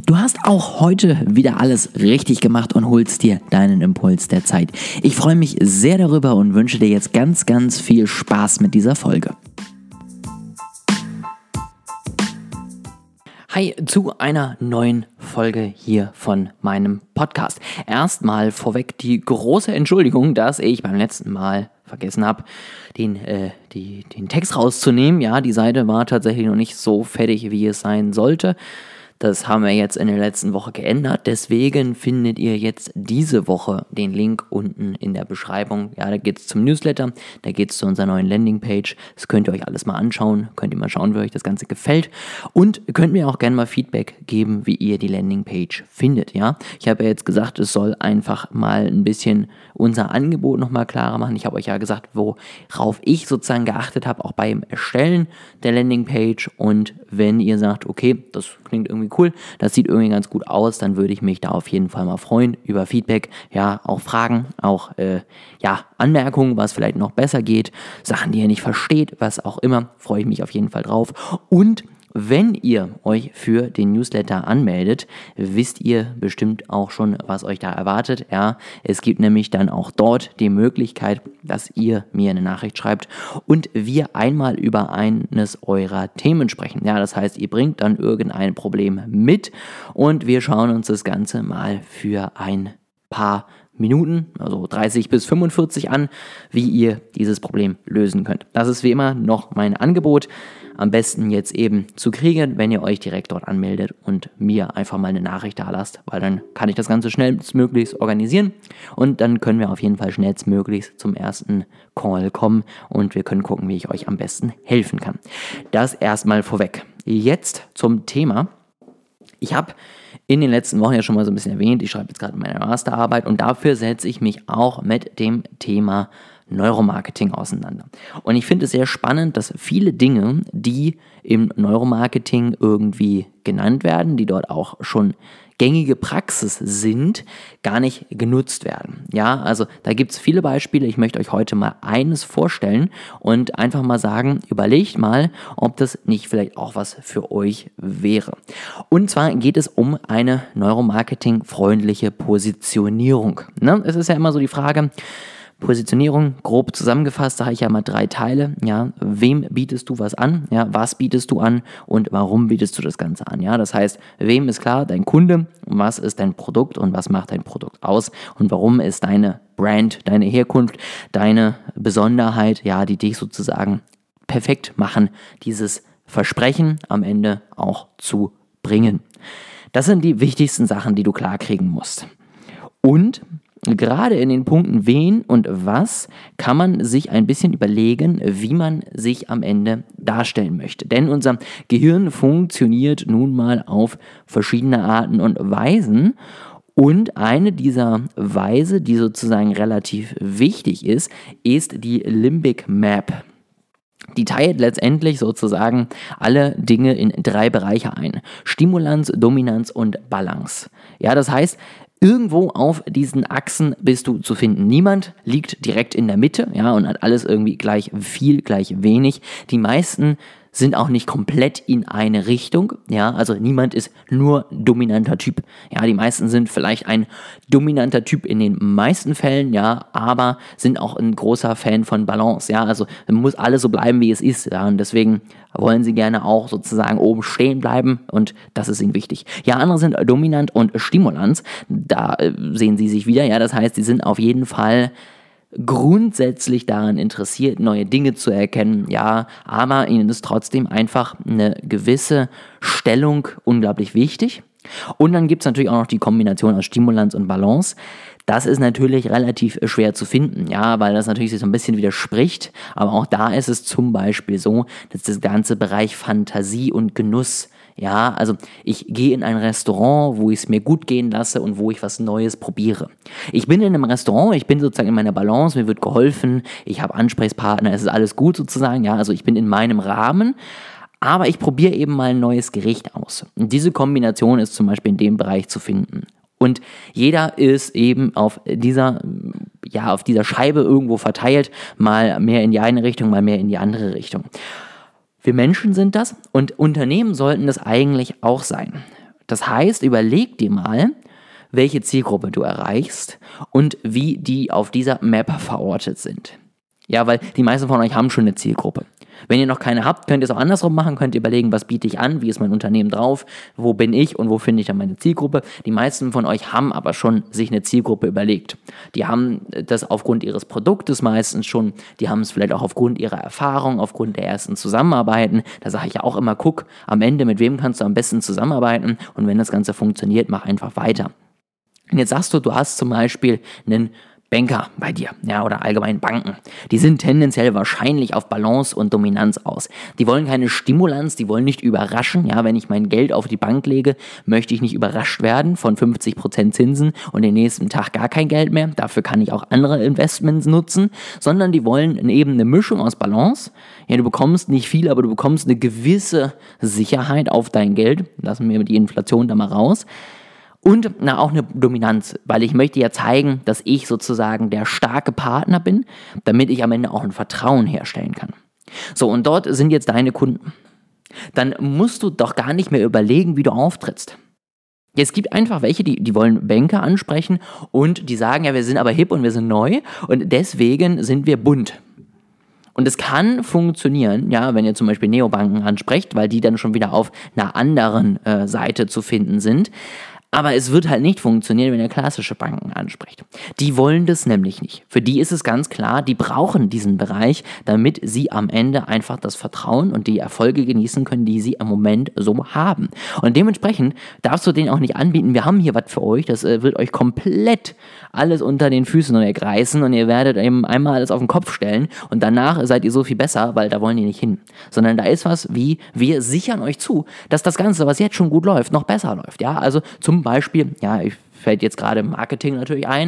Du hast auch heute wieder alles richtig gemacht und holst dir deinen Impuls der Zeit. Ich freue mich sehr darüber und wünsche dir jetzt ganz, ganz viel Spaß mit dieser Folge. Hi zu einer neuen Folge hier von meinem Podcast. Erstmal vorweg die große Entschuldigung, dass ich beim letzten Mal vergessen habe, den Text rauszunehmen. Ja, die Seite war tatsächlich noch nicht so fertig, wie es sein sollte. Das haben wir jetzt in der letzten Woche geändert, deswegen findet ihr jetzt diese Woche den Link unten in der Beschreibung. Ja, da geht es zum Newsletter, da geht es zu unserer neuen Landingpage. Das könnt ihr euch alles mal anschauen, könnt ihr mal schauen, wie euch das Ganze gefällt und könnt mir auch gerne mal Feedback geben, wie ihr die Landingpage findet. Ja, ich habe ja jetzt gesagt, es soll einfach mal ein bisschen unser Angebot nochmal klarer machen. Ich habe euch ja gesagt, worauf ich sozusagen geachtet habe, auch beim Erstellen der Landingpage, und wenn ihr sagt, okay, das klingt irgendwie cool, das sieht irgendwie ganz gut aus, dann würde ich mich da auf jeden Fall mal freuen über Feedback, ja, auch Fragen, auch Anmerkungen, was vielleicht noch besser geht, Sachen, die ihr nicht versteht, was auch immer, freue ich mich auf jeden Fall drauf. Und wenn ihr euch für den Newsletter anmeldet, wisst ihr bestimmt auch schon, was euch da erwartet. Ja, es gibt nämlich dann auch dort die Möglichkeit, dass ihr mir eine Nachricht schreibt und wir einmal über eines eurer Themen sprechen. Ja, das heißt, ihr bringt dann irgendein Problem mit und wir schauen uns das Ganze mal für ein paar Minuten, also 30 bis 45 an, wie ihr dieses Problem lösen könnt. Das ist wie immer noch mein Angebot. Am besten jetzt eben zu kriegen, wenn ihr euch direkt dort anmeldet und mir einfach mal eine Nachricht da lasst, weil dann kann ich das Ganze schnellstmöglichst organisieren und dann können wir auf jeden Fall schnellstmöglichst zum ersten Call kommen und wir können gucken, wie ich euch am besten helfen kann. Das erstmal vorweg. Jetzt zum Thema. Ich habe in den letzten Wochen ja schon mal so ein bisschen erwähnt, ich schreibe jetzt gerade meine Masterarbeit und dafür setze ich mich auch mit dem Thema Neuromarketing auseinander. Und ich finde es sehr spannend, dass viele Dinge, die im Neuromarketing irgendwie genannt werden, die dort auch schon gängige Praxis sind, gar nicht genutzt werden. Ja, also da gibt es viele Beispiele. Ich möchte euch heute mal eines vorstellen und einfach mal sagen, überlegt mal, ob das nicht vielleicht auch was für euch wäre. Und zwar geht es um eine Neuromarketing-freundliche Positionierung. Ne? Es ist ja immer so die Frage, Positionierung, grob zusammengefasst, da habe ich ja mal 3 Teile. Ja, wem bietest du was an? Ja, was bietest du an und warum bietest du das Ganze an? Ja, das heißt, wem ist klar, dein Kunde, was ist dein Produkt und was macht dein Produkt aus und warum ist deine Brand, deine Herkunft, deine Besonderheit, ja, die dich sozusagen perfekt machen, dieses Versprechen am Ende auch zu bringen. Das sind die wichtigsten Sachen, die du klar kriegen musst. Und gerade in den Punkten wen und was kann man sich ein bisschen überlegen, wie man sich am Ende darstellen möchte. Denn unser Gehirn funktioniert nun mal auf verschiedene Arten und Weisen. Und eine dieser Weise, die sozusagen relativ wichtig ist die Limbic Map. Die teilt letztendlich sozusagen alle Dinge in 3 Bereiche ein. Stimulanz, Dominanz und Balance. Ja, das heißt, irgendwo auf diesen Achsen bist du zu finden. Niemand liegt direkt in der Mitte, ja, und hat alles irgendwie gleich viel, gleich wenig. Die meisten sind auch nicht komplett in eine Richtung, ja, also niemand ist nur dominanter Typ. Ja, die meisten sind vielleicht ein dominanter Typ in den meisten Fällen, ja, aber sind auch ein großer Fan von Balance, ja, also muss alles so bleiben, wie es ist, ja, und deswegen wollen sie gerne auch sozusagen oben stehen bleiben und das ist ihnen wichtig. Ja, andere sind dominant und Stimulanz, da sehen sie sich wieder, ja, das heißt, sie sind auf jeden Fall grundsätzlich daran interessiert, neue Dinge zu erkennen, ja, aber ihnen ist trotzdem einfach eine gewisse Stellung unglaublich wichtig. Und dann gibt es natürlich auch noch die Kombination aus Stimulanz und Balance. Das ist natürlich relativ schwer zu finden, ja, weil das natürlich sich so ein bisschen widerspricht, aber auch da ist es zum Beispiel so, dass das ganze Bereich Fantasie und Genuss, ja, also ich gehe in ein Restaurant, wo ich es mir gut gehen lasse und wo ich was Neues probiere. Ich bin in einem Restaurant, ich bin sozusagen in meiner Balance, mir wird geholfen, ich habe Ansprechpartner, es ist alles gut sozusagen, ja, also ich bin in meinem Rahmen, aber ich probiere eben mal ein neues Gericht aus. Und diese Kombination ist zum Beispiel in dem Bereich zu finden. Und jeder ist eben auf dieser Scheibe irgendwo verteilt, mal mehr in die eine Richtung, mal mehr in die andere Richtung. Wir Menschen sind das und Unternehmen sollten das eigentlich auch sein. Das heißt, überleg dir mal, welche Zielgruppe du erreichst und wie die auf dieser Map verortet sind. Ja, weil die meisten von euch haben schon eine Zielgruppe. Wenn ihr noch keine habt, könnt ihr es auch andersrum machen, könnt ihr überlegen, was biete ich an, wie ist mein Unternehmen drauf, wo bin ich und wo finde ich dann meine Zielgruppe. Die meisten von euch haben aber schon sich eine Zielgruppe überlegt. Die haben das aufgrund ihres Produktes meistens schon, die haben es vielleicht auch aufgrund ihrer Erfahrung, aufgrund der ersten Zusammenarbeiten. Da sage ich ja auch immer, guck am Ende, mit wem kannst du am besten zusammenarbeiten und wenn das Ganze funktioniert, mach einfach weiter. Und jetzt sagst du, du hast zum Beispiel einen Banker bei dir, ja, oder allgemein Banken. Die sind tendenziell wahrscheinlich auf Balance und Dominanz aus. Die wollen keine Stimulanz, die wollen nicht überraschen. Ja, wenn ich mein Geld auf die Bank lege, möchte ich nicht überrascht werden von 50% Zinsen und den nächsten Tag gar kein Geld mehr. Dafür kann ich auch andere Investments nutzen, sondern die wollen eben eine Mischung aus Balance. Ja, du bekommst nicht viel, aber du bekommst eine gewisse Sicherheit auf dein Geld. Lassen wir die Inflation da mal raus. Und auch eine Dominanz, weil ich möchte ja zeigen, dass ich sozusagen der starke Partner bin, damit ich am Ende auch ein Vertrauen herstellen kann. So, und dort sind jetzt deine Kunden. Dann musst du doch gar nicht mehr überlegen, wie du auftrittst. Es gibt einfach welche, die wollen Banker ansprechen und die sagen, ja, wir sind aber hip und wir sind neu und deswegen sind wir bunt. Und es kann funktionieren, ja, wenn ihr zum Beispiel Neobanken ansprecht, weil die dann schon wieder auf einer anderen Seite zu finden sind. Aber es wird halt nicht funktionieren, wenn ihr klassische Banken anspricht. Die wollen das nämlich nicht. Für die ist es ganz klar, die brauchen diesen Bereich, damit sie am Ende einfach das Vertrauen und die Erfolge genießen können, die sie im Moment so haben. Und dementsprechend darfst du denen auch nicht anbieten, wir haben hier was für euch, das wird euch komplett alles unter den Füßen wegreißen und ihr werdet eben einmal alles auf den Kopf stellen und danach seid ihr so viel besser, weil da wollen die nicht hin. Sondern da ist was wie, wir sichern euch zu, dass das Ganze, was jetzt schon gut läuft, noch besser läuft. Ja, also zum Beispiel, ja, fällt jetzt gerade Marketing natürlich ein,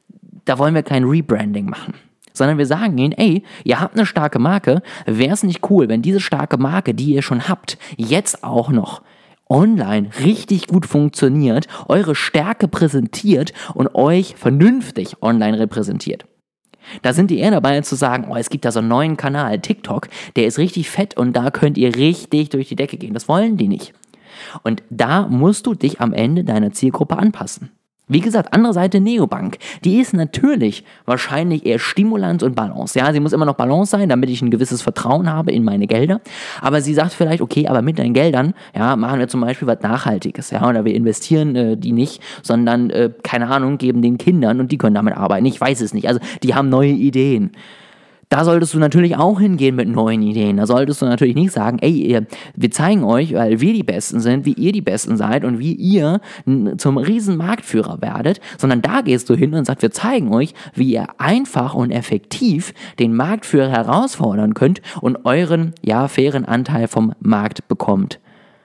da wollen wir kein Rebranding machen. Sondern wir sagen ihnen, ey, ihr habt eine starke Marke, wäre es nicht cool, wenn diese starke Marke, die ihr schon habt, jetzt auch noch online richtig gut funktioniert, eure Stärke präsentiert und euch vernünftig online repräsentiert. Da sind die eher dabei zu sagen, oh, es gibt da so einen neuen Kanal, TikTok, der ist richtig fett und da könnt ihr richtig durch die Decke gehen. Das wollen die nicht. Und da musst du dich am Ende deiner Zielgruppe anpassen. Wie gesagt, andere Seite Neobank, die ist natürlich wahrscheinlich eher Stimulanz und Balance. Ja, sie muss immer noch Balance sein, damit ich ein gewisses Vertrauen habe in meine Gelder. Aber sie sagt vielleicht, okay, aber mit deinen Geldern, ja, machen wir zum Beispiel was Nachhaltiges, ja, oder wir investieren die nicht, sondern, keine Ahnung, geben den Kindern und die können damit arbeiten. Ich weiß es nicht. Also, die haben neue Ideen. Da solltest du natürlich auch hingehen mit neuen Ideen. Da solltest du natürlich nicht sagen, ey, wir zeigen euch, weil wir die Besten sind, wie ihr die Besten seid und wie ihr zum riesen Marktführer werdet, sondern da gehst du hin und sagst, wir zeigen euch, wie ihr einfach und effektiv den Marktführer herausfordern könnt und euren, ja, fairen Anteil vom Markt bekommt.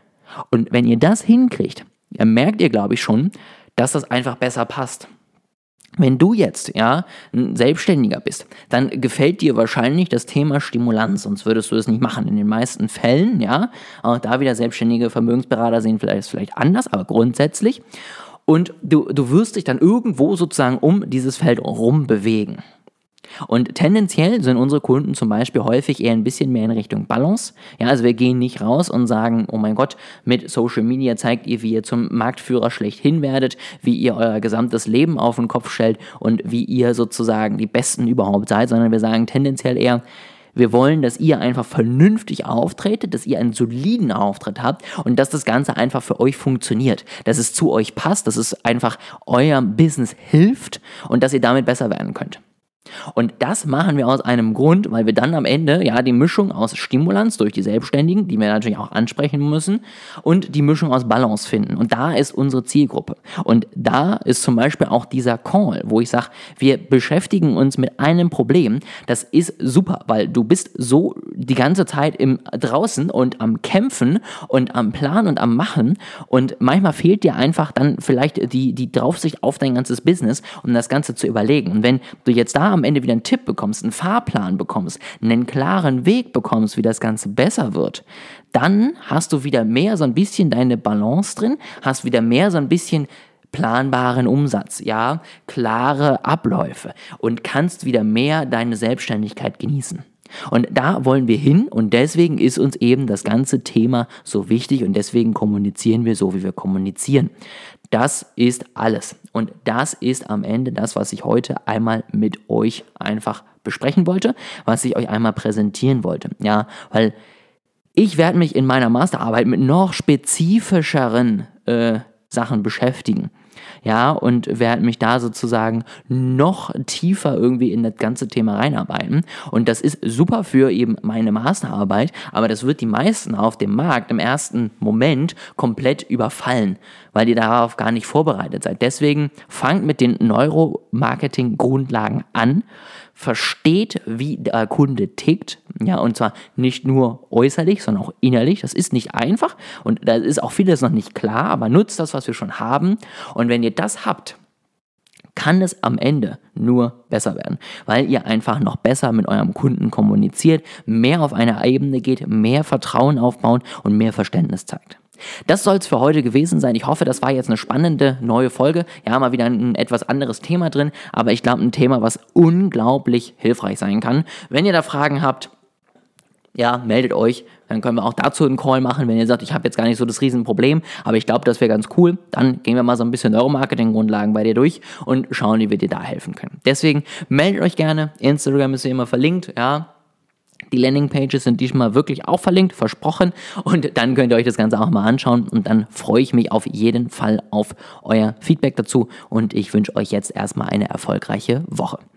Und wenn ihr das hinkriegt, dann merkt ihr, glaube ich, schon, dass das einfach besser passt. Wenn du jetzt, ja, ein Selbstständiger bist, dann gefällt dir wahrscheinlich das Thema Stimulanz, sonst würdest du es nicht machen. In den meisten Fällen, ja, auch da wieder selbstständige Vermögensberater sehen vielleicht anders, aber grundsätzlich. Und du wirst dich dann irgendwo sozusagen um dieses Feld rum bewegen. Und tendenziell sind unsere Kunden zum Beispiel häufig eher ein bisschen mehr in Richtung Balance. Ja, also wir gehen nicht raus und sagen, oh mein Gott, mit Social Media zeigt ihr, wie ihr zum Marktführer schlechthin werdet, wie ihr euer gesamtes Leben auf den Kopf stellt und wie ihr sozusagen die Besten überhaupt seid, sondern wir sagen tendenziell eher, wir wollen, dass ihr einfach vernünftig auftretet, dass ihr einen soliden Auftritt habt und dass das Ganze einfach für euch funktioniert, dass es zu euch passt, dass es einfach eurem Business hilft und dass ihr damit besser werden könnt. Und das machen wir aus einem Grund, weil wir dann am Ende ja die Mischung aus Stimulanz durch die Selbstständigen, die wir natürlich auch ansprechen müssen, und die Mischung aus Balance finden. Und da ist unsere Zielgruppe. Und da ist zum Beispiel auch dieser Call, wo ich sage, wir beschäftigen uns mit einem Problem. Das ist super, weil du bist so die ganze Zeit draußen und am Kämpfen und am Planen und am Machen. Und manchmal fehlt dir einfach dann vielleicht die Draufsicht auf dein ganzes Business, um das Ganze zu überlegen. Und wenn du jetzt da am Ende wieder einen Tipp bekommst, einen Fahrplan bekommst, einen klaren Weg bekommst, wie das Ganze besser wird, dann hast du wieder mehr so ein bisschen deine Balance drin, hast wieder mehr so ein bisschen planbaren Umsatz, ja, klare Abläufe und kannst wieder mehr deine Selbstständigkeit genießen. Und da wollen wir hin und deswegen ist uns eben das ganze Thema so wichtig und deswegen kommunizieren wir so, wie wir kommunizieren. Das ist alles. Und das ist am Ende das, was ich heute einmal mit euch einfach besprechen wollte, was ich euch einmal präsentieren wollte. Ja, weil ich werde mich in meiner Masterarbeit mit noch spezifischeren Sachen beschäftigen. Ja, und werde mich da sozusagen noch tiefer irgendwie in das ganze Thema reinarbeiten. Und das ist super für eben meine Masterarbeit, aber das wird die meisten auf dem Markt im ersten Moment komplett überfallen, weil ihr darauf gar nicht vorbereitet seid. Deswegen fangt mit den Neuromarketing-Grundlagen an, versteht, wie der Kunde tickt, ja, und zwar nicht nur äußerlich, sondern auch innerlich. Das ist nicht einfach und da ist auch vieles noch nicht klar, aber nutzt das, was wir schon haben. Und wenn ihr das habt, kann es am Ende nur besser werden, weil ihr einfach noch besser mit eurem Kunden kommuniziert, mehr auf einer Ebene geht, mehr Vertrauen aufbauen und mehr Verständnis zeigt. Das soll es für heute gewesen sein. Ich hoffe, das war jetzt eine spannende neue Folge. Ja, mal wieder ein etwas anderes Thema drin, aber ich glaube ein Thema, was unglaublich hilfreich sein kann. Wenn ihr da Fragen habt, ja, meldet euch. Dann können wir auch dazu einen Call machen, wenn ihr sagt, ich habe jetzt gar nicht so das Riesenproblem, aber ich glaube, das wäre ganz cool. Dann gehen wir mal so ein bisschen Neuromarketing-Grundlagen bei dir durch und schauen, wie wir dir da helfen können. Deswegen meldet euch gerne. Instagram ist wie immer verlinkt, ja. Die Landingpages sind diesmal wirklich auch verlinkt, versprochen. Und dann könnt ihr euch das Ganze auch mal anschauen. Und dann freue ich mich auf jeden Fall auf euer Feedback dazu. Und ich wünsche euch jetzt erstmal eine erfolgreiche Woche.